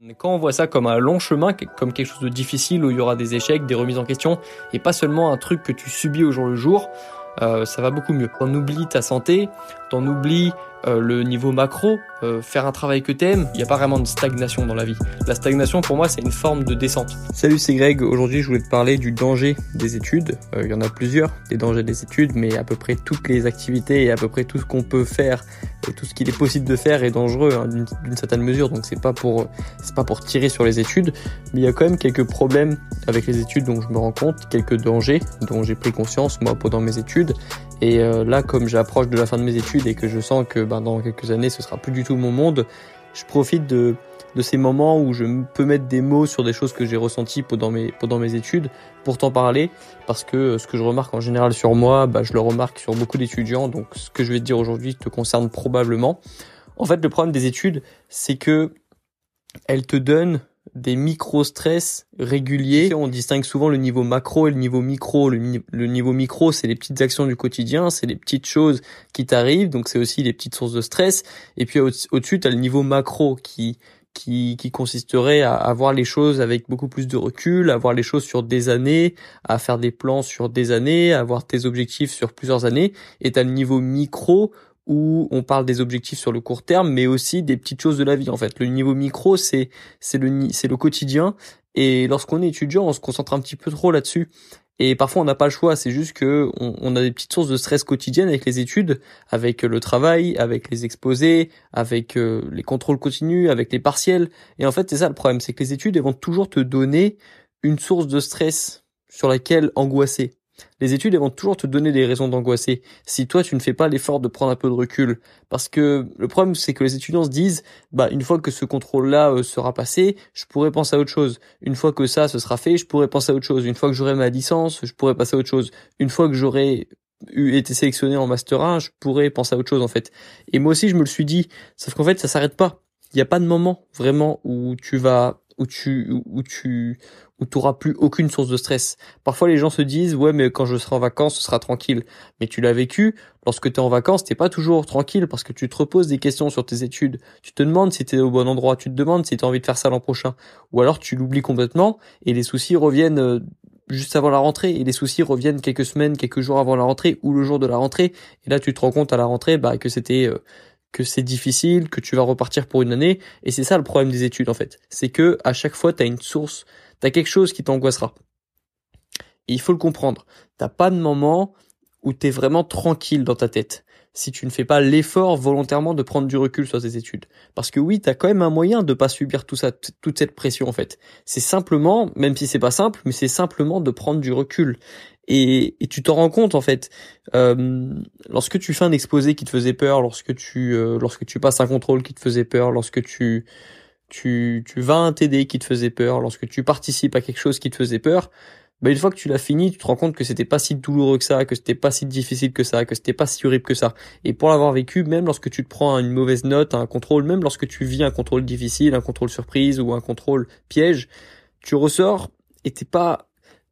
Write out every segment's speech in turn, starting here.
Quand on voit ça comme un long chemin, comme quelque chose de difficile où il y aura des échecs, des remises en question, et pas seulement un truc que tu subis au jour le jour, ça va beaucoup mieux. T'en oublies ta santé, t'en oublies le niveau macro, faire un travail que t'aimes, il n'y a pas vraiment de stagnation dans la vie. La stagnation pour moi c'est une forme de descente. Salut, c'est Greg, aujourd'hui je voulais te parler du danger des études. Il y en a plusieurs, des dangers des études, mais à peu près toutes les activités et à peu près tout ce qu'on peut faire et tout ce qu'il est possible de faire est dangereux d'une certaine mesure, donc c'est pas pour tirer sur les études, mais il y a quand même quelques problèmes avec les études dont je me rends compte, quelques dangers dont j'ai pris conscience moi pendant mes études. Et là, comme j'approche de la fin de mes études et que je sens que dans quelques années ce sera plus du tout mon monde, je profite de ces moments où je peux mettre des mots sur des choses que j'ai ressenties pendant mes études pour t'en parler, parce que ce que je remarque en général sur moi, je le remarque sur beaucoup d'étudiants, donc ce que je vais te dire aujourd'hui te concerne probablement. En fait, le problème des études, c'est que elles te donnent des micro-stress réguliers. On distingue souvent le niveau macro et le niveau micro. Le niveau micro, c'est les petites actions du quotidien, c'est les petites choses qui t'arrivent, donc c'est aussi les petites sources de stress. Et puis au-dessus, tu as le niveau macro qui consisterait à avoir les choses avec beaucoup plus de recul, à voir les choses sur des années, à faire des plans sur des années, à avoir tes objectifs sur plusieurs années. Et tu as le niveau micro où on parle des objectifs sur le court terme, mais aussi des petites choses de la vie, en fait. Le niveau micro, c'est le quotidien. Et lorsqu'on est étudiant, on se concentre un petit peu trop là-dessus. Et parfois, on n'a pas le choix. C'est juste que on a des petites sources de stress quotidiennes avec les études, avec le travail, avec les exposés, avec les contrôles continus, avec les partiels. Et en fait, c'est ça le problème. C'est que les études, elles vont toujours te donner une source de stress sur laquelle angoisser. Les études, elles vont toujours te donner des raisons d'angoisser si toi tu ne fais pas l'effort de prendre un peu de recul, parce que le problème c'est que les étudiants se disent une fois que ce contrôle-là sera passé, je pourrais penser à autre chose. Une fois que ça ce sera fait, je pourrais penser à autre chose. Une fois que j'aurai ma licence, je pourrais passer à autre chose. Une fois que j'aurai été sélectionné en master 1, je pourrais penser à autre chose en fait. Et moi aussi je me le suis dit, sauf qu'en fait ça s'arrête pas. Il n'y a pas de moment vraiment où t'auras plus aucune source de stress. Parfois les gens se disent ouais, mais quand je serai en vacances ce sera tranquille. Mais tu l'as vécu, lorsque t'es en vacances t'es pas toujours tranquille, parce que tu te reposes des questions sur tes études, tu te demandes si t'es au bon endroit, tu te demandes si t'as envie de faire ça l'an prochain, ou alors tu l'oublies complètement et les soucis reviennent juste avant la rentrée, et les soucis reviennent quelques semaines, quelques jours avant la rentrée ou le jour de la rentrée, et là tu te rends compte à la rentrée que c'est difficile, que tu vas repartir pour une année. Et c'est ça le problème des études en fait. C'est que à chaque fois t'as quelque chose qui t'angoissera. Et il faut le comprendre. T'as pas de moment où t'es vraiment tranquille dans ta tête, si tu ne fais pas l'effort volontairement de prendre du recul sur tes études. Parce que oui, t'as quand même un moyen de pas subir tout ça, toute cette pression en fait. C'est simplement, même si c'est pas simple, mais c'est simplement de prendre du recul. Et tu t'en rends compte en fait, lorsque tu fais un exposé qui te faisait peur, lorsque tu passes un contrôle qui te faisait peur, lorsque tu vas à un TD qui te faisait peur, lorsque tu participes à quelque chose qui te faisait peur, une fois que tu l'as fini, tu te rends compte que c'était pas si douloureux que ça, que c'était pas si difficile que ça, que c'était pas si horrible que ça. Et pour l'avoir vécu, même lorsque tu te prends une mauvaise note, un contrôle, même lorsque tu vis un contrôle difficile, un contrôle surprise ou un contrôle piège, tu ressors et t'es pas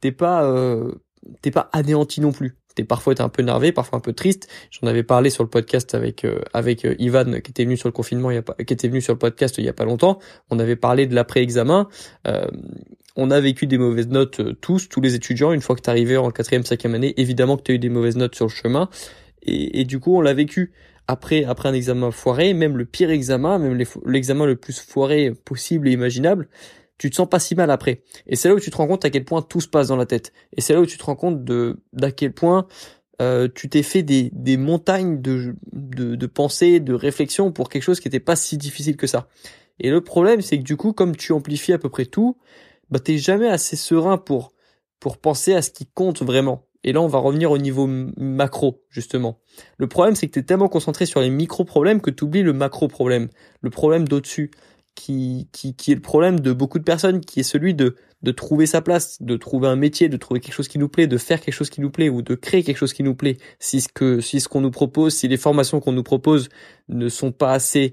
anéanti non plus. Parfois t'es un peu énervé, parfois un peu triste. J'en avais parlé sur le podcast avec Ivan, qui était venu sur le confinement qui était venu sur le podcast il y a pas longtemps. On avait parlé de l'après-examen. On a vécu des mauvaises notes tous les étudiants. Une fois que t'arrivais en 4e, 5e année, évidemment que t'as eu des mauvaises notes sur le chemin. Et du coup, on l'a vécu. Après un examen foiré, même le pire examen, même l'examen le plus foiré possible et imaginable, tu te sens pas si mal après. Et c'est là où tu te rends compte à quel point tout se passe dans la tête. Et c'est là où tu te rends compte d'à quel point tu t'es fait des montagnes de pensées, de réflexions pour quelque chose qui était pas si difficile que ça. Et le problème, c'est que du coup, comme tu amplifies à peu près tout, t'es jamais assez serein pour penser à ce qui compte vraiment. Et là, on va revenir au niveau macro, justement. Le problème, c'est que t'es tellement concentré sur les micro-problèmes que t'oublies le macro-problème, le problème d'au-dessus, qui est le problème de beaucoup de personnes, qui est celui de trouver sa place, de trouver un métier, de trouver quelque chose qui nous plaît, de faire quelque chose qui nous plaît, ou de créer quelque chose qui nous plaît. Si ce qu'on nous propose, si les formations qu'on nous propose ne sont pas assez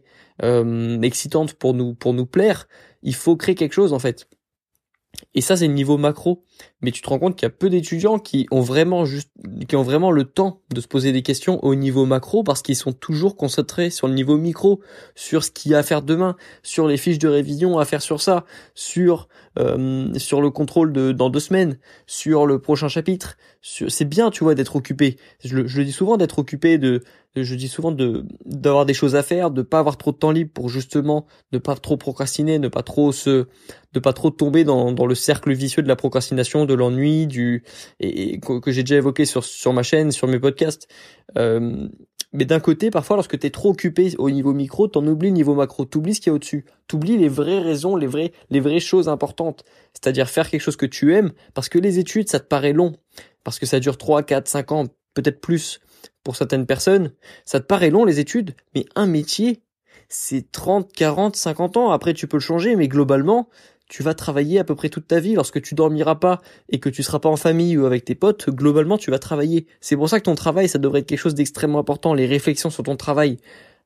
excitantes pour nous plaire, il faut créer quelque chose en fait. Et ça, c'est le niveau macro. mais tu te rends compte qu'il y a peu d'étudiants qui ont vraiment le temps de se poser des questions au niveau macro parce qu'ils sont toujours concentrés sur le niveau micro, sur ce qu'il y a à faire demain, sur les fiches de révision à faire sur ça, sur le contrôle dans 2 semaines, sur le prochain chapitre. C'est bien, tu vois, d'être occupé. Je le dis souvent d'être occupé, je dis souvent d'avoir des choses à faire, de pas avoir trop de temps libre pour justement ne pas trop procrastiner, ne pas trop tomber dans le cercle vicieux de la procrastination, de l'ennui, et que j'ai déjà évoqué sur ma chaîne, sur mes podcasts. Mais d'un côté, parfois, lorsque t'es trop occupé au niveau micro, t'en oublies le niveau macro, t'oublies ce qu'il y a au-dessus, t'oublies les vraies raisons, les vraies choses importantes. C'est-à-dire faire quelque chose que tu aimes, parce que les études, ça te paraît long, parce que ça dure 3, 4, 5 ans, peut-être plus pour certaines personnes. Ça te paraît long, les études, mais un métier, c'est 30, 40, 50 ans. Après, tu peux le changer, mais globalement, tu vas travailler à peu près toute ta vie. Lorsque tu dormiras pas et que tu seras pas en famille ou avec tes potes, globalement, tu vas travailler. C'est pour ça que ton travail, ça devrait être quelque chose d'extrêmement important. Les réflexions sur ton travail,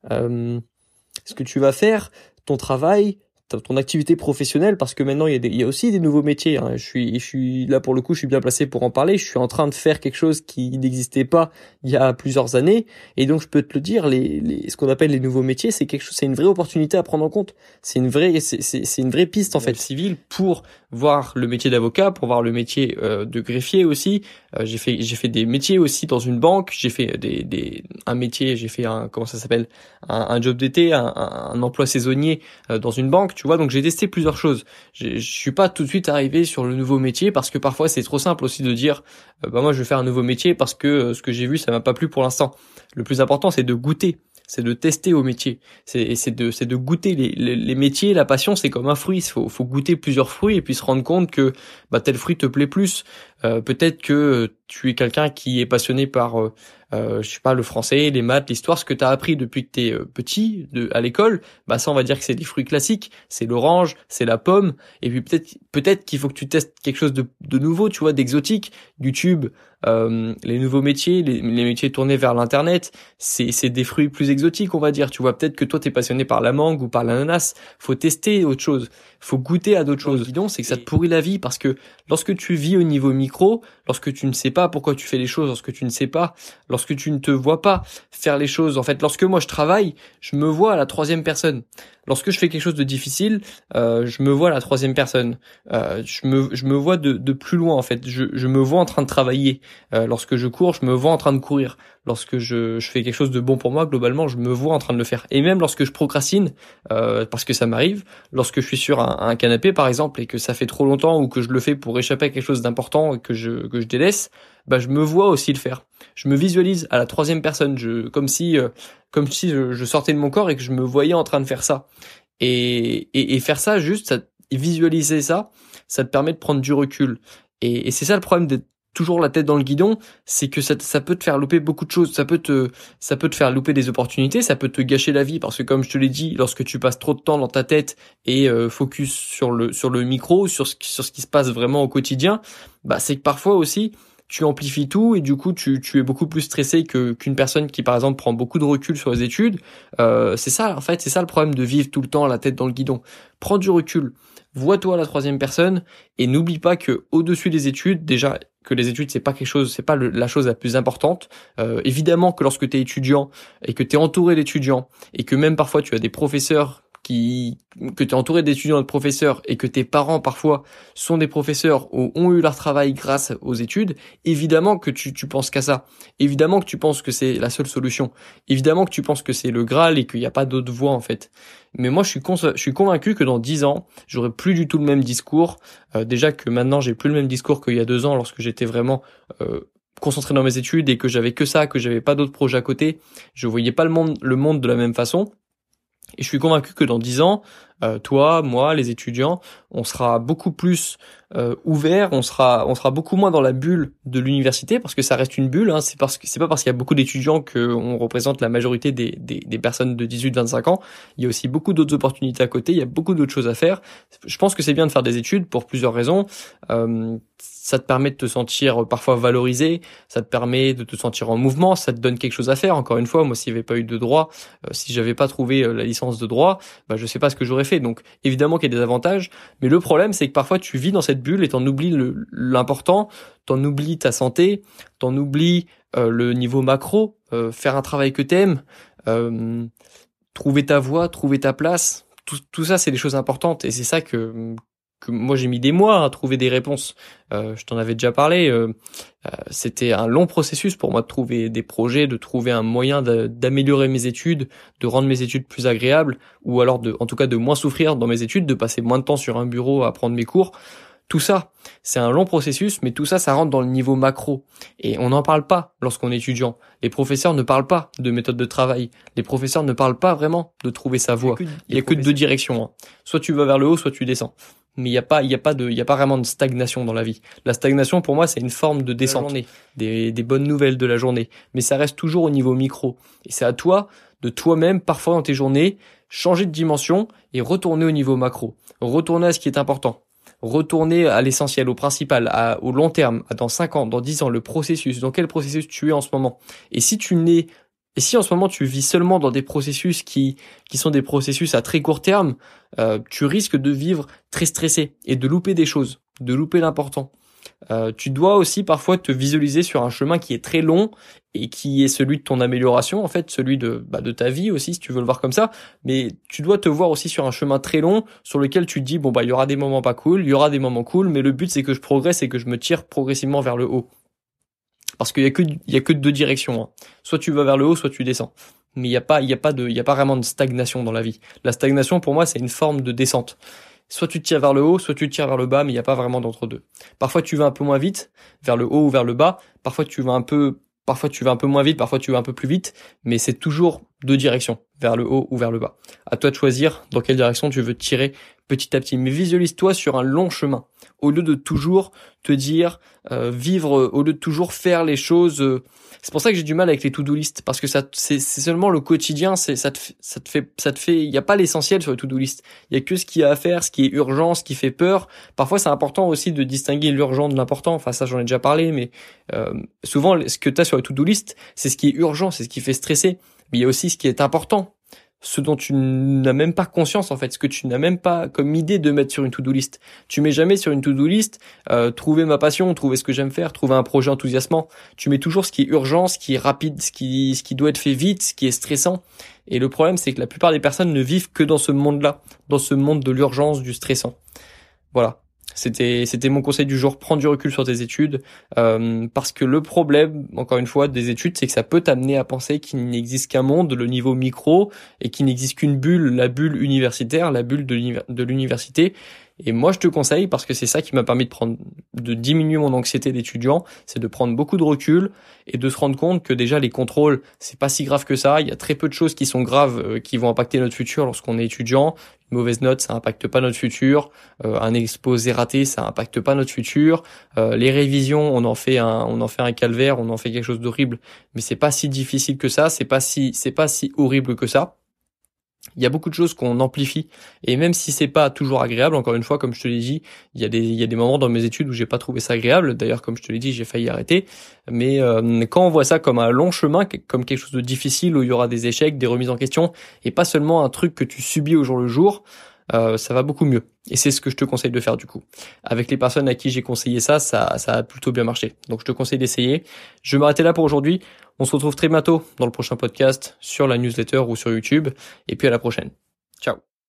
ce que tu vas faire, ton travail, ton activité professionnelle, parce que maintenant il y a aussi des nouveaux métiers, hein. Je suis là pour le coup, je suis bien placé pour en parler. Je suis en train de faire quelque chose qui n'existait pas il y a plusieurs années, et donc je peux te le dire, ce qu'on appelle les nouveaux métiers, c'est quelque chose, c'est une vraie opportunité à prendre en compte. C'est une vraie piste en fait. Civil pour voir le métier d'avocat, pour voir le métier de greffier aussi. J'ai fait des métiers aussi dans une banque. J'ai fait un métier, j'ai fait un job d'été, un emploi saisonnier dans une banque. Tu vois, donc j'ai testé plusieurs choses. Je suis pas tout de suite arrivé sur le nouveau métier parce que parfois c'est trop simple aussi de dire moi je vais faire un nouveau métier parce que ce que j'ai vu ça m'a pas plu pour l'instant. Le plus important c'est de goûter, c'est de tester au métier, c'est de goûter les métiers. La passion c'est comme un fruit, faut goûter plusieurs fruits et puis se rendre compte que tel fruit te plaît plus. Peut-être que tu es quelqu'un qui est passionné par je sais pas, le français, les maths, l'histoire, ce que tu as appris depuis que t'es petit à l'école, ça on va dire que c'est des fruits classiques, c'est l'orange, c'est la pomme, et puis peut-être qu'il faut que tu testes quelque chose de nouveau, tu vois, d'exotique. YouTube, les nouveaux métiers, les métiers tournés vers l'internet, c'est des fruits plus exotiques, on va dire. Tu vois, peut-être que toi t'es passionné par la mangue ou par l'ananas, faut tester autre chose, faut goûter à d'autres choses. Bidon, c'est que ça te pourrit la vie parce que lorsque tu vis au niveau micro, lorsque tu ne sais pas pourquoi tu fais les choses, lorsque tu ne sais pas, lorsque tu ne te vois pas faire les choses, en fait, lorsque moi je travaille, je me vois à la 3e personne. Lorsque je fais quelque chose de difficile, je me vois à la 3e personne. Je me vois de plus loin, en fait. Je me vois en train de travailler. Lorsque je cours, je me vois en train de courir. Lorsque je fais quelque chose de bon pour moi, globalement, je me vois en train de le faire. Et même lorsque je procrastine, parce que ça m'arrive, lorsque je suis sur un canapé, par exemple, et que ça fait trop longtemps ou que je le fais pour échapper à quelque chose d'important et que je délaisse, je me vois aussi le faire. Je me visualise à la 3e personne, comme si je sortais de mon corps et que je me voyais en train de faire ça. Et faire ça juste, visualiser ça te permet de prendre du recul. Et c'est ça le problème d'être toujours la tête dans le guidon, c'est que ça peut te faire louper beaucoup de choses, ça peut te faire louper des opportunités, ça peut te gâcher la vie parce que comme je te l'ai dit, lorsque tu passes trop de temps dans ta tête et focus sur le micro, sur ce qui se passe vraiment au quotidien, c'est que parfois aussi tu amplifies tout et du coup tu es beaucoup plus stressé qu'une personne qui par exemple prend beaucoup de recul sur les études. C'est ça en fait, c'est ça le problème de vivre tout le temps la tête dans le guidon. Prends du recul, vois-toi à la 3e personne et n'oublie pas que au-dessus des études, déjà que les études c'est pas la chose la plus importante. Évidemment que lorsque tu es étudiant et que tu es entouré d'étudiants et que même parfois tu as des professeurs que tu es entouré d'étudiants et de professeurs et que tes parents parfois sont des professeurs ou ont eu leur travail grâce aux études, évidemment que tu penses qu'à ça. Évidemment que tu penses que c'est la seule solution. Évidemment que tu penses que c'est le Graal et qu'il n'y a pas d'autre voie en fait. Mais moi je suis convaincu que dans 10 ans, j'aurai plus du tout le même discours. Déjà que maintenant j'ai plus le même discours qu'il y a 2 ans lorsque j'étais vraiment concentré dans mes études et que j'avais que ça, que j'avais pas d'autres projets à côté. Je voyais pas le monde de la même façon. Et je suis convaincu que dans 10 ans, toi, moi, les étudiants, on sera beaucoup plus ouverts, on sera beaucoup moins dans la bulle de l'université parce que ça reste une bulle. Hein, c'est pas parce qu'il y a beaucoup d'étudiants qu'on représente la majorité des personnes de 18-25 ans. Il y a aussi beaucoup d'autres opportunités à côté. Il y a beaucoup d'autres choses à faire. Je pense que c'est bien de faire des études pour plusieurs raisons. Ça te permet de te sentir parfois valorisé, ça te permet de te sentir en mouvement, ça te donne quelque chose à faire. Encore une fois, moi, s'il n'y avait pas eu de droit, si j'avais pas trouvé la licence de droit, je sais pas ce que j'aurais fait. fait. Donc évidemment qu'il y a des avantages, mais le problème c'est que parfois tu vis dans cette bulle et t'en oublies l'important, t'en oublies ta santé, t'en oublies le niveau macro, faire un travail que t'aimes, trouver ta voie, trouver ta place. Tout ça c'est des choses importantes et c'est ça que moi j'ai mis des mois à trouver des réponses. Je t'en avais déjà parlé. C'était un long processus pour moi de trouver des projets, de trouver un moyen d'améliorer mes études, de rendre mes études plus agréables, ou alors en tout cas de moins souffrir dans mes études, de passer moins de temps sur un bureau à prendre mes cours. Tout ça, c'est un long processus, mais tout ça, ça rentre dans le niveau macro. Et on n'en parle pas lorsqu'on est étudiant. Les professeurs ne parlent pas de méthode de travail. Les professeurs ne parlent pas vraiment de trouver sa voie. Il y a que deux directions, hein. Soit tu vas vers le haut, soit tu descends. Mais il y a pas vraiment de stagnation dans la vie. La stagnation, pour moi, c'est une forme de descente. Des bonnes nouvelles de la journée. Mais ça reste toujours au niveau micro. Et c'est à toi, de toi-même, parfois dans tes journées, changer de dimension et retourner au niveau macro. Retourner à ce qui est important. Retourner à l'essentiel, au principal, au long terme, dans 5 ans, dans 10 ans, le processus, dans quel processus tu es en ce moment. Et si en ce moment tu vis seulement dans des processus qui sont des processus à très court terme, tu risques de vivre très stressé et de louper des choses, de louper l'important. Tu dois aussi parfois te visualiser sur un chemin qui est très long et qui est celui de ton amélioration, en fait, celui de ta vie aussi, si tu veux le voir comme ça. Mais tu dois te voir aussi sur un chemin très long sur lequel tu te dis, il y aura des moments pas cool, il y aura des moments cool, mais le but c'est que je progresse et que je me tire progressivement vers le haut. Parce qu'il y a que deux directions, hein. Soit tu vas vers le haut, soit tu descends. Mais il y a pas vraiment de stagnation dans la vie. La stagnation, pour moi, c'est une forme de descente. Soit tu te tires vers le haut, soit tu te tires vers le bas, mais il n'y a pas vraiment d'entre-deux. Parfois tu vas un peu moins vite, vers le haut ou vers le bas. Parfois tu vas un peu moins vite, parfois tu vas un peu plus vite, mais c'est toujours deux directions, vers le haut ou vers le bas. À toi de choisir dans quelle direction tu veux te tirer petit à petit. Mais visualise-toi sur un long chemin. Au lieu de toujours te dire, vivre, au lieu de toujours faire les choses. C'est pour ça que j'ai du mal avec les to-do list, parce que c'est seulement le quotidien, ça te fait, il y a pas l'essentiel sur les to-do list. Il y a que ce qu'il y a à faire, ce qui est urgent, ce qui fait peur. Parfois, c'est important aussi de distinguer l'urgent de l'important. Enfin, ça, j'en ai déjà parlé, mais souvent, ce que tu as sur les to-do list, c'est ce qui est urgent, c'est ce qui fait stresser. Mais il y a aussi ce qui est important. Ce dont tu n'as même pas conscience, en fait, ce que tu n'as même pas comme idée de mettre sur une to-do list. Tu mets jamais sur une to-do list trouver ma passion, trouver ce que j'aime faire, trouver un projet enthousiasmant. Tu mets toujours ce qui est urgent, ce qui est rapide, ce qui doit être fait vite, ce qui est stressant. Et le problème, c'est que la plupart des personnes ne vivent que dans ce monde-là, dans ce monde de l'urgence, du stressant. Voilà. C'était mon conseil du jour, prends du recul sur tes études, parce que le problème, encore une fois, des études, c'est que ça peut t'amener à penser qu'il n'existe qu'un monde, le niveau micro, et qu'il n'existe qu'une bulle, la bulle universitaire, la bulle de l'université. Et moi, je te conseille, parce que c'est ça qui m'a permis de diminuer mon anxiété d'étudiant, c'est de prendre beaucoup de recul et de se rendre compte que déjà les contrôles, c'est pas si grave que ça. Il y a très peu de choses qui sont graves, qui vont impacter notre futur lorsqu'on est étudiant. Une mauvaise note, ça impacte pas notre futur. Un exposé raté, ça impacte pas notre futur. Les révisions, on en fait un calvaire, on en fait quelque chose d'horrible. Mais c'est pas si difficile que ça, c'est pas si horrible que ça. Il y a beaucoup de choses qu'on amplifie et même si c'est pas toujours agréable, encore une fois, comme je te l'ai dit, il y a des moments dans mes études où j'ai pas trouvé ça agréable. D'ailleurs, comme je te l'ai dit, j'ai failli arrêter. Mais quand on voit ça comme un long chemin, comme quelque chose de difficile où il y aura des échecs, des remises en question et pas seulement un truc que tu subis au jour le jour, ça va beaucoup mieux. Et c'est ce que je te conseille de faire du coup. Avec les personnes à qui j'ai conseillé ça a plutôt bien marché. Donc je te conseille d'essayer. Je vais m'arrêter là pour aujourd'hui. On se retrouve très bientôt dans le prochain podcast, sur la newsletter ou sur YouTube. Et puis à la prochaine. Ciao.